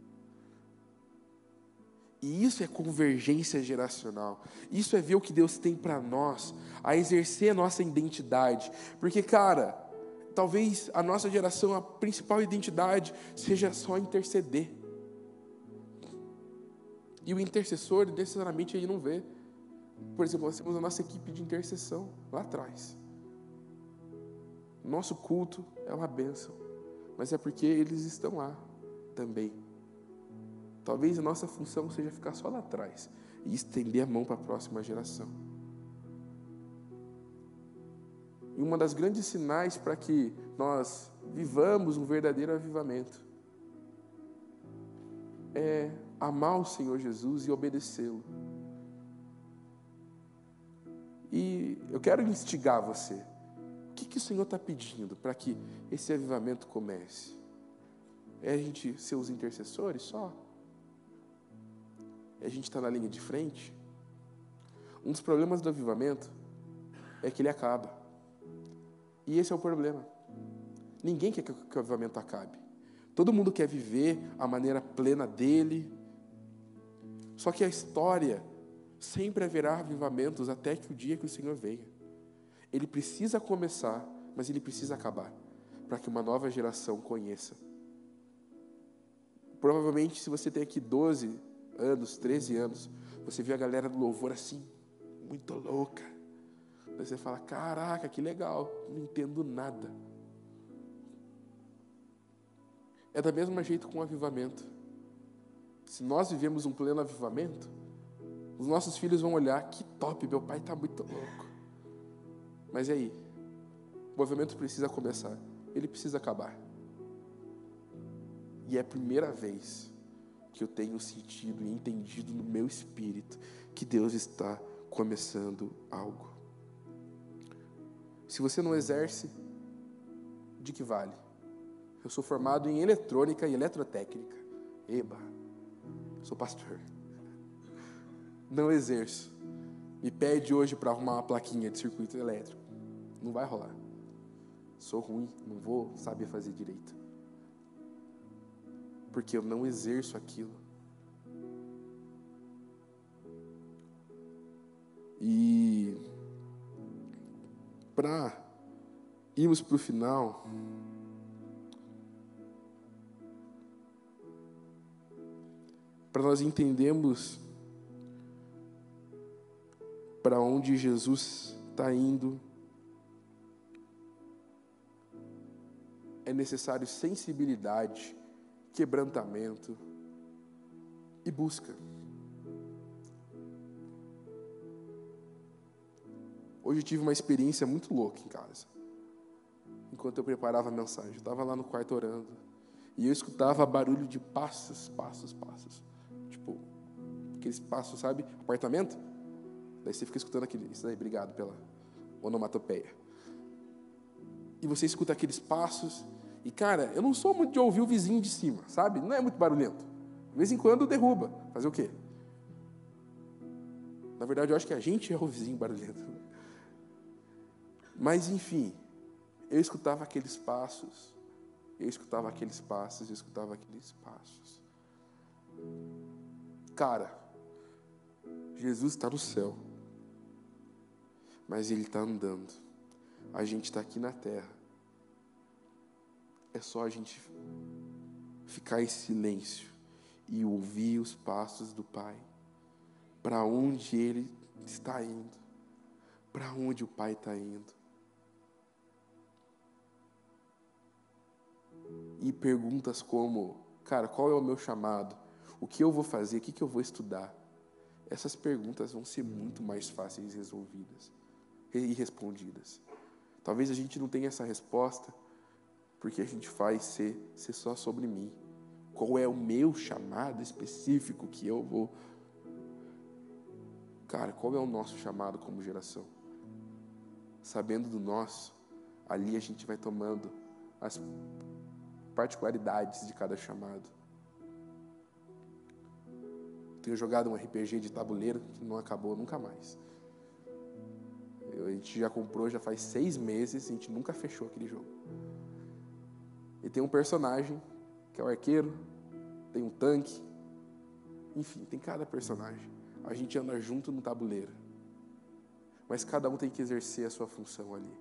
E isso é convergência geracional. Isso é ver o que Deus tem para nós, a exercer a nossa identidade. Porque, cara, talvez a nossa geração, a principal identidade seja só interceder. E o intercessor, necessariamente, ele não vê. Por exemplo, nós temos a nossa equipe de intercessão lá atrás. Nosso culto é uma bênção, mas é porque eles estão lá também. Talvez a nossa função seja ficar só lá atrás e estender a mão para a próxima geração. E uma das grandes sinais para que nós vivamos um verdadeiro avivamento é amar o Senhor Jesus e obedecê-lo. E eu quero instigar você. O que o Senhor está pedindo para que esse avivamento comece? É a gente ser os intercessores só? É a gente estar na linha de frente? Um dos problemas do avivamento é que ele acaba. E esse é o problema. Ninguém quer que o avivamento acabe. Todo mundo quer viver a maneira plena dele. Só que a história sempre haverá avivamentos até que o dia que o Senhor venha. Ele precisa começar, mas ele precisa acabar, para que uma nova geração conheça. Provavelmente, se você tem aqui 12 anos, 13 anos, você vê a galera do louvor assim, muito louca. Daí você fala, caraca, que legal, não entendo nada. É da mesma jeito com o avivamento. Se nós vivemos um pleno avivamento, os nossos filhos vão olhar, que top, meu pai está muito louco. Mas e aí? O avivamento precisa começar, ele precisa acabar. E é a primeira vez que eu tenho sentido e entendido no meu espírito que Deus está começando algo. Se você não exerce, de que vale? Eu sou formado em eletrônica e eletrotécnica. Eba, sou pastor. Não exerço. Me pede hoje para arrumar uma plaquinha de circuito elétrico. Não vai rolar. Sou ruim, não vou saber fazer direito. Porque eu não exerço aquilo. E para irmos para o final, para nós entendermos para onde Jesus está indo, é necessário sensibilidade, quebrantamento e busca. Hoje eu tive uma experiência muito louca em casa. Enquanto eu preparava a mensagem, eu estava lá no quarto orando, e eu escutava barulho de passos. Tipo, aqueles passos, sabe? Apartamento? Daí você fica escutando aquele... Isso daí, obrigado pela onomatopeia. E você escuta aqueles passos. E, cara, eu não sou muito de ouvir o vizinho de cima, sabe? Não é muito barulhento. De vez em quando derruba. Fazer o quê? Na verdade, eu acho que a gente é o vizinho barulhento. Mas, enfim, eu escutava aqueles passos. Cara, Jesus está no céu. Mas Ele está andando. A gente está aqui na terra. É só a gente ficar em silêncio e ouvir os passos do Pai. Para onde Ele está indo. Para onde o Pai está indo. E perguntas como, cara, qual é o meu chamado? O que eu vou fazer? O que eu vou estudar? Essas perguntas vão ser muito mais fáceis resolvidas e respondidas. Talvez a gente não tenha essa resposta porque a gente faz ser só sobre mim. Qual é o meu chamado específico que eu vou... Cara, qual é o nosso chamado como geração? Sabendo do nosso, ali a gente vai tomando as particularidades de cada chamado. Tenho jogado um RPG de tabuleiro que não acabou nunca mais. A gente já comprou, já faz 6 meses, a gente nunca fechou aquele jogo. E tem um personagem, que é o arqueiro, tem um tanque, enfim, tem cada personagem. A gente anda junto no tabuleiro. Mas cada um tem que exercer a sua função ali.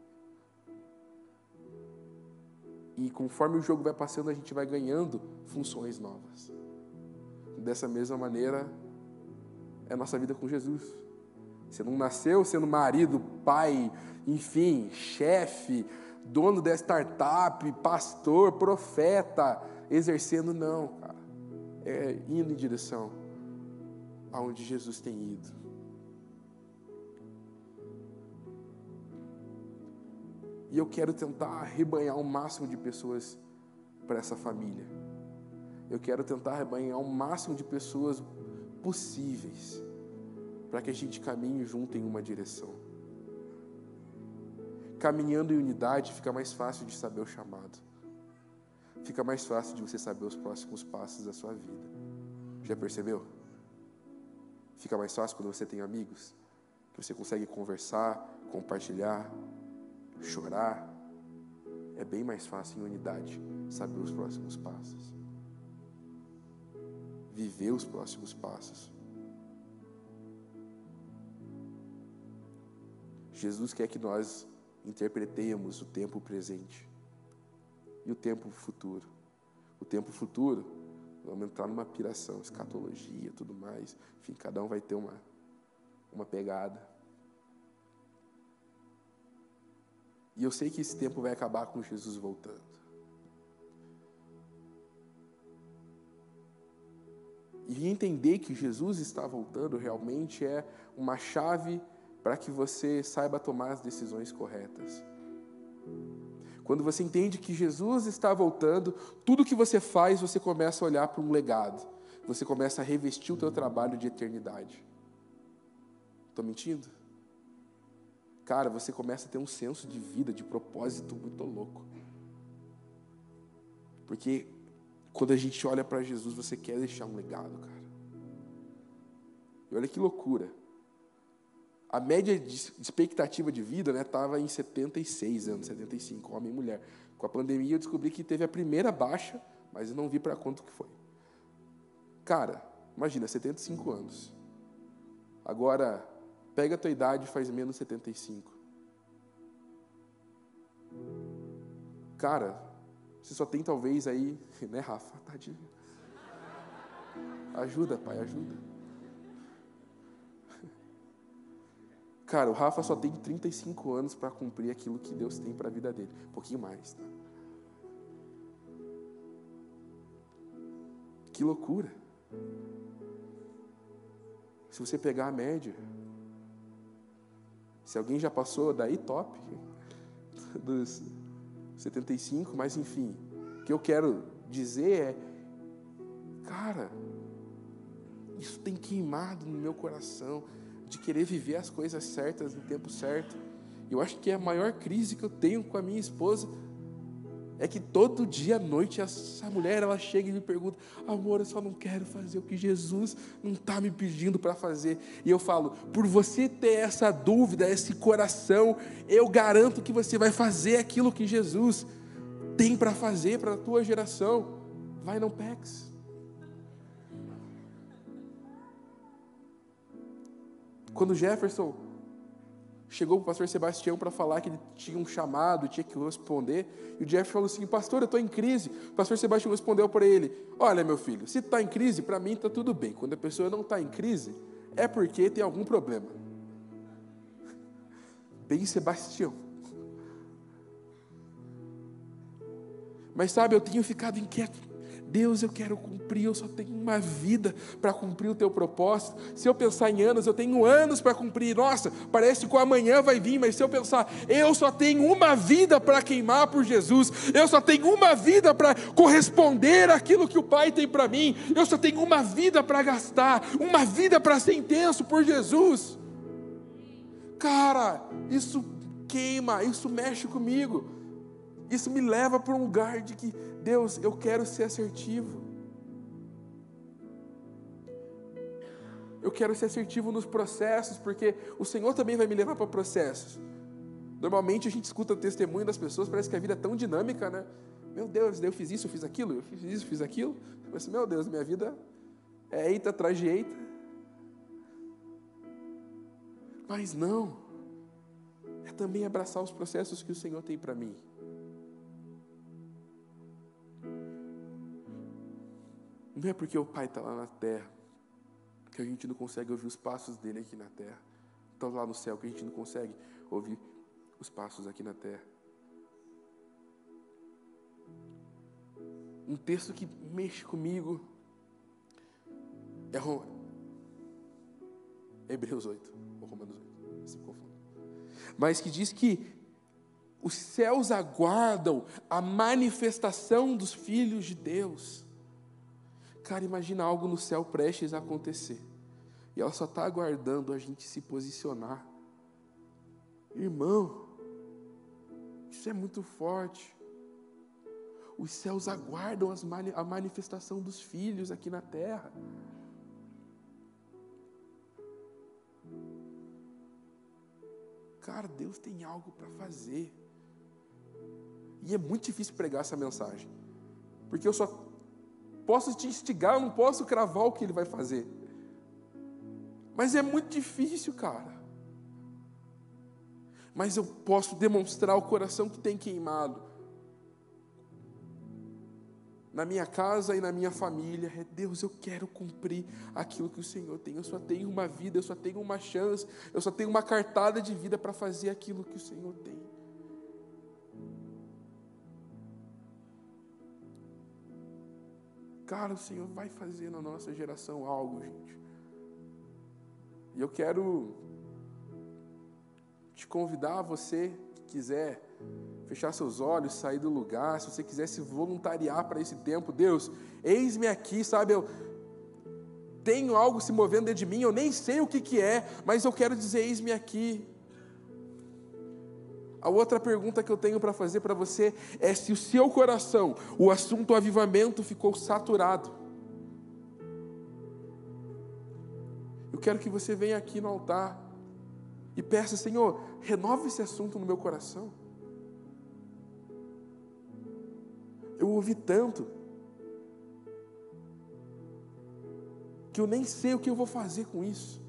E conforme o jogo vai passando, a gente vai ganhando funções novas. Dessa mesma maneira, é a nossa vida com Jesus. Você não nasceu sendo marido, pai, enfim, chefe, dono da startup, pastor, profeta, exercendo, não, cara. É indo em direção aonde Jesus tem ido. E eu quero tentar arrebanhar o máximo de pessoas para essa família. Eu quero tentar arrebanhar o máximo de pessoas possíveis para que a gente caminhe junto em uma direção. Caminhando em unidade fica mais fácil de saber o chamado. Fica mais fácil de você saber os próximos passos da sua vida. Já percebeu? Fica mais fácil quando você tem amigos, que você consegue conversar, compartilhar, chorar. É bem mais fácil em unidade saber os próximos passos. Viver os próximos passos. Jesus quer que nós interpretemos o tempo presente e o tempo futuro. O tempo futuro, vamos entrar numa piração, escatologia, tudo mais. Enfim, cada um vai ter uma pegada. E eu sei que esse tempo vai acabar com Jesus voltando. E entender que Jesus está voltando realmente é uma chave para que você saiba tomar as decisões corretas. Quando você entende que Jesus está voltando, tudo que você faz, você começa a olhar para um legado. Você começa a revestir o teu trabalho de eternidade. Estou mentindo? Cara, você começa a ter um senso de vida, de propósito muito louco. Porque quando a gente olha para Jesus, você quer deixar um legado, cara. E olha que loucura. A média de expectativa de vida, estava em 76 anos, 75, homem e mulher. Com a pandemia eu descobri que teve a primeira baixa, mas eu não vi para quanto que foi. Cara, imagina, 75 anos. Agora, pega a tua idade e faz menos 75. Cara, você só tem talvez aí, né, Rafa? Tadinho. Ajuda, Pai, ajuda. Cara, o Rafa só tem 35 anos para cumprir aquilo que Deus tem para a vida dele. Um pouquinho mais, tá? Que loucura. Se você pegar a média, se alguém já passou daí, top, dos 75, mas enfim, o que eu quero dizer é, cara, isso tem queimado no meu coração, de querer viver as coisas certas no tempo certo. Eu acho que a maior crise que eu tenho com a minha esposa é que todo dia à noite essa mulher, ela chega e me pergunta: amor, eu só não quero fazer o que Jesus não está me pedindo para fazer. E eu falo: por você ter essa dúvida, esse coração, eu garanto que você vai fazer aquilo que Jesus tem para fazer para a tua geração. Vai, não peques. Quando o Jefferson chegou para o pastor Sebastião para falar que ele tinha um chamado, tinha que responder, e o Jefferson falou assim: pastor, eu estou em crise. O pastor Sebastião respondeu para ele: olha, meu filho, se está em crise, para mim está tudo bem. Quando a pessoa não está em crise, é porque tem algum problema. Bem, Sebastião. Mas sabe, eu tenho ficado inquieto. Deus, eu quero cumprir, eu só tenho uma vida para cumprir o teu propósito. Se eu pensar em anos, eu tenho anos para cumprir. Nossa, parece que o amanhã vai vir, mas se eu pensar, eu só tenho uma vida para queimar por Jesus, eu só tenho uma vida para corresponder àquilo que o Pai tem para mim, eu só tenho uma vida para gastar, uma vida para ser intenso por Jesus. Cara, isso queima, isso mexe comigo. Isso me leva para um lugar de que, Deus, eu quero ser assertivo. Eu quero ser assertivo nos processos, porque o Senhor também vai me levar para processos. Normalmente a gente escuta o testemunho das pessoas, parece que a vida é tão dinâmica, né? Meu Deus, eu fiz isso, eu fiz aquilo, eu fiz isso, eu fiz aquilo. Mas, meu Deus, minha vida é eita atrás de eita. Mas não. É também abraçar os processos que o Senhor tem para mim. Não é porque o Pai está lá na terra que a gente não consegue ouvir os passos dele aqui na terra. Está lá no céu que a gente não consegue ouvir os passos aqui na terra. Um texto que mexe comigo é Hebreus 8, ou Romanos 8, se confundo. Mas que diz que os céus aguardam a manifestação dos filhos de Deus. Cara, imagina algo no céu prestes a acontecer. E ela só está aguardando a gente se posicionar. Irmão, isso é muito forte. Os céus aguardam a manifestação dos filhos aqui na terra. Cara, Deus tem algo para fazer. E é muito difícil pregar essa mensagem. Porque eu só posso te instigar, eu não posso cravar o que ele vai fazer. Mas é muito difícil, cara. Mas eu posso demonstrar o coração que tem queimado. Na minha casa e na minha família, Deus, eu quero cumprir aquilo que o Senhor tem. Eu só tenho uma vida, eu só tenho uma chance, eu só tenho uma cartada de vida para fazer aquilo que o Senhor tem. Cara, o Senhor vai fazer na nossa geração algo, gente. E eu quero te convidar, você que quiser fechar seus olhos, sair do lugar, se você quiser se voluntariar para esse tempo, Deus, eis-me aqui, sabe, eu tenho algo se movendo dentro de mim, eu nem sei o que é, mas eu quero dizer, eis-me aqui. A outra pergunta que eu tenho para fazer para você é se o seu coração, o assunto avivamento ficou saturado. Eu quero que você venha aqui no altar e peça, Senhor, renova esse assunto no meu coração. Eu ouvi tanto que eu nem sei o que eu vou fazer com isso.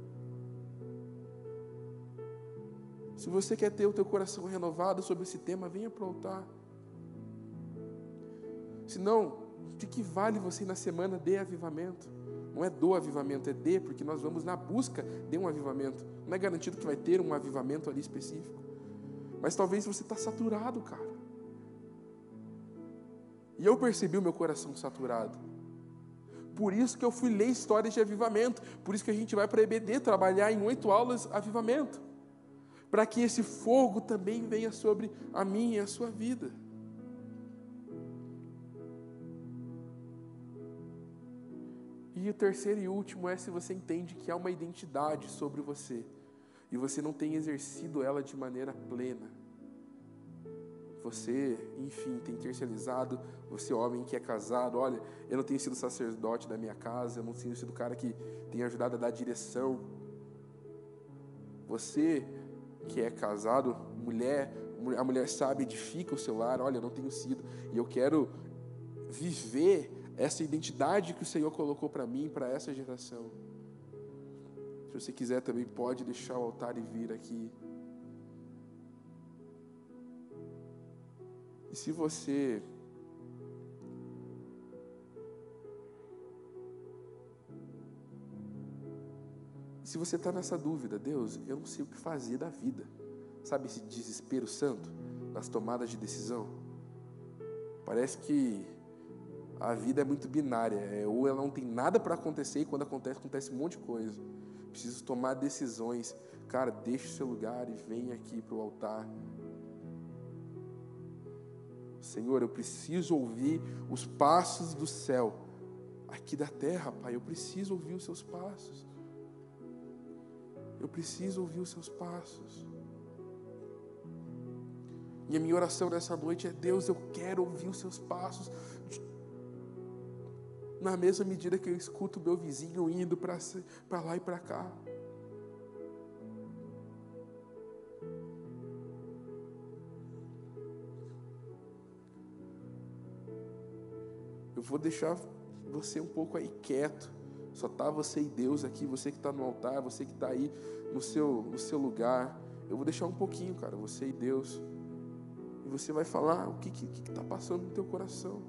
Se você quer ter o teu coração renovado sobre esse tema, venha para o altar. Se não, De que vale você ir na semana de avivamento? Não é do avivamento, é de, porque nós vamos na busca de um avivamento. Não é garantido que vai ter um avivamento ali específico. Mas talvez você está saturado, cara. E eu percebi o meu coração saturado. Por isso que eu fui ler histórias de avivamento. Por isso que a gente vai para a EBD trabalhar em 8 aulas avivamento. Para que esse fogo também venha sobre a minha e a sua vida. E o terceiro e último é se você entende que há uma identidade sobre você e você não tem exercido ela de maneira plena. Você, enfim, tem terceirizado, você homem que é casado, olha, eu não tenho sido sacerdote da minha casa, eu não tenho sido o cara que tem ajudado a dar direção. Você que é casado, a mulher sabe, edifica o seu lar, olha, eu não tenho sido, e eu quero viver essa identidade que o Senhor colocou para mim, para essa geração. Se você quiser também pode deixar o altar e vir aqui. E se você está nessa dúvida, Deus, eu não sei o que fazer da vida. Sabe esse desespero santo nas tomadas de decisão? Parece que a vida é muito binária, ou ela não tem nada para acontecer, e quando acontece um monte de coisa. Preciso tomar decisões. Cara, deixa o seu lugar e vem aqui para o altar. Senhor, eu preciso ouvir os passos do céu aqui da terra, Pai. Eu preciso ouvir os seus passos. Eu preciso ouvir os seus passos. E a minha oração nessa noite é: Deus, eu quero ouvir os seus passos. Na mesma medida que eu escuto o meu vizinho indo para lá e para cá. Eu vou deixar você um pouco aí quieto. Só está você e Deus aqui, você que está no altar, você que está aí no seu lugar. Eu vou deixar um pouquinho, cara, você e Deus. E você vai falar o que está passando no teu coração.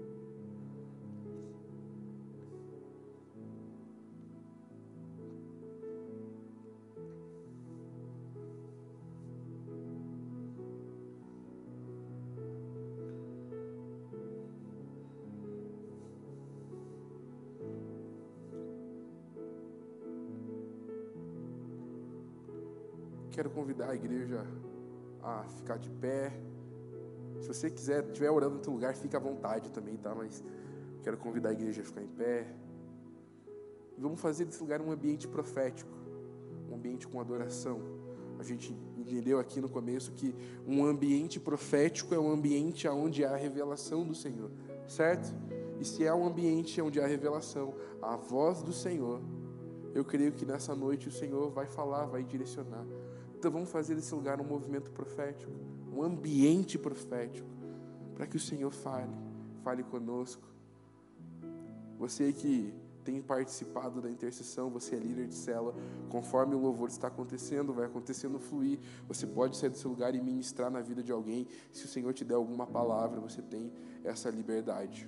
Quero convidar a igreja a ficar de pé. Se você estiver orando no teu lugar, fica à vontade também, tá? Mas quero convidar a igreja a ficar em pé. E vamos fazer desse lugar um ambiente profético, um ambiente com adoração. A gente entendeu aqui no começo que um ambiente profético é um ambiente onde há a revelação do Senhor, certo? E se é um ambiente onde há a revelação, a voz do Senhor, eu creio que nessa noite o Senhor vai falar, vai direcionar. Então vamos fazer desse lugar um movimento profético, um ambiente profético, para que o Senhor fale conosco. Você que tem participado da intercessão, você é líder de célula, conforme o louvor está acontecendo, vai acontecendo fluir, você pode sair do seu lugar e ministrar na vida de alguém. Se o Senhor te der alguma palavra, você tem essa liberdade.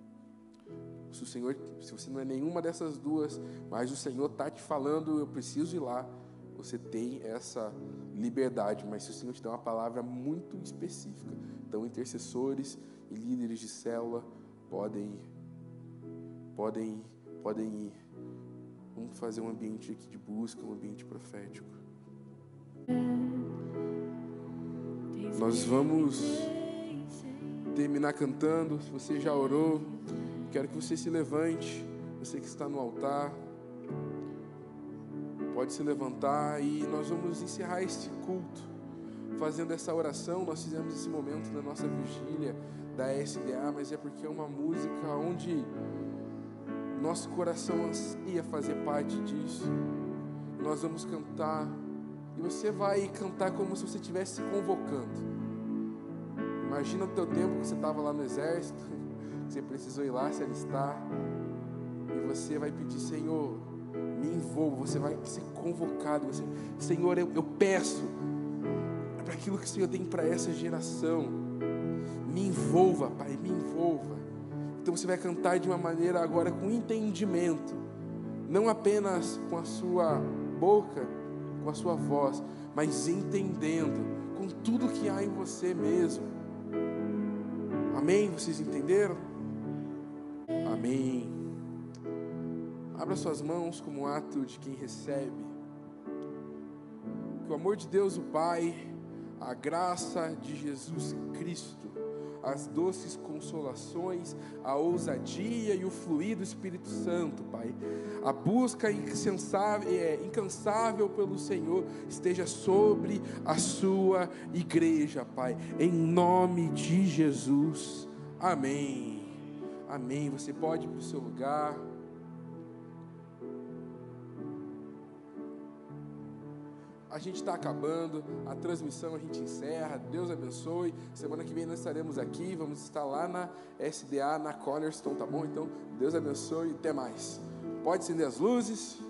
Se você não é nenhuma dessas duas, mas o Senhor está te falando, eu preciso ir lá, você tem essa liberdade. Mas se o Senhor te der uma palavra muito específica, então intercessores e líderes de célula podem ir. Vamos fazer um ambiente aqui de busca, um ambiente profético. Nós vamos terminar cantando. Se você já orou, quero que você se levante. Você que está no altar, pode se levantar e nós vamos encerrar este culto fazendo essa oração. Nós fizemos esse momento na nossa vigília da SDA, mas é porque é uma música onde nosso coração ansia fazer parte disso. Nós vamos cantar e você vai cantar como se você estivesse se convocando. Imagina o teu tempo que você estava lá no exército, que você precisou ir lá se alistar, e você vai pedir: Senhor, me envolva. Você vai ser convocado. Senhor, eu peço para aquilo que o Senhor tem para essa geração. Me envolva, Pai, me envolva. Então você vai cantar de uma maneira agora com entendimento, não apenas com a sua boca, com a sua voz, mas entendendo com tudo que há em você mesmo. Amém? Vocês entenderam? Amém. Abra suas mãos como ato de quem recebe. Que o amor de Deus, o Pai, a graça de Jesus Cristo, as doces consolações, a ousadia e o fluir do Espírito Santo, Pai, a busca incansável pelo Senhor esteja sobre a sua igreja, Pai, em nome de Jesus. Amém. Amém. Você pode ir para o seu lugar. A gente está acabando, a transmissão a gente encerra. Deus abençoe. Semana que vem nós estaremos aqui, vamos estar lá na SDA, na Cornerstone, tá bom? Então, Deus abençoe e até mais. Pode acender as luzes.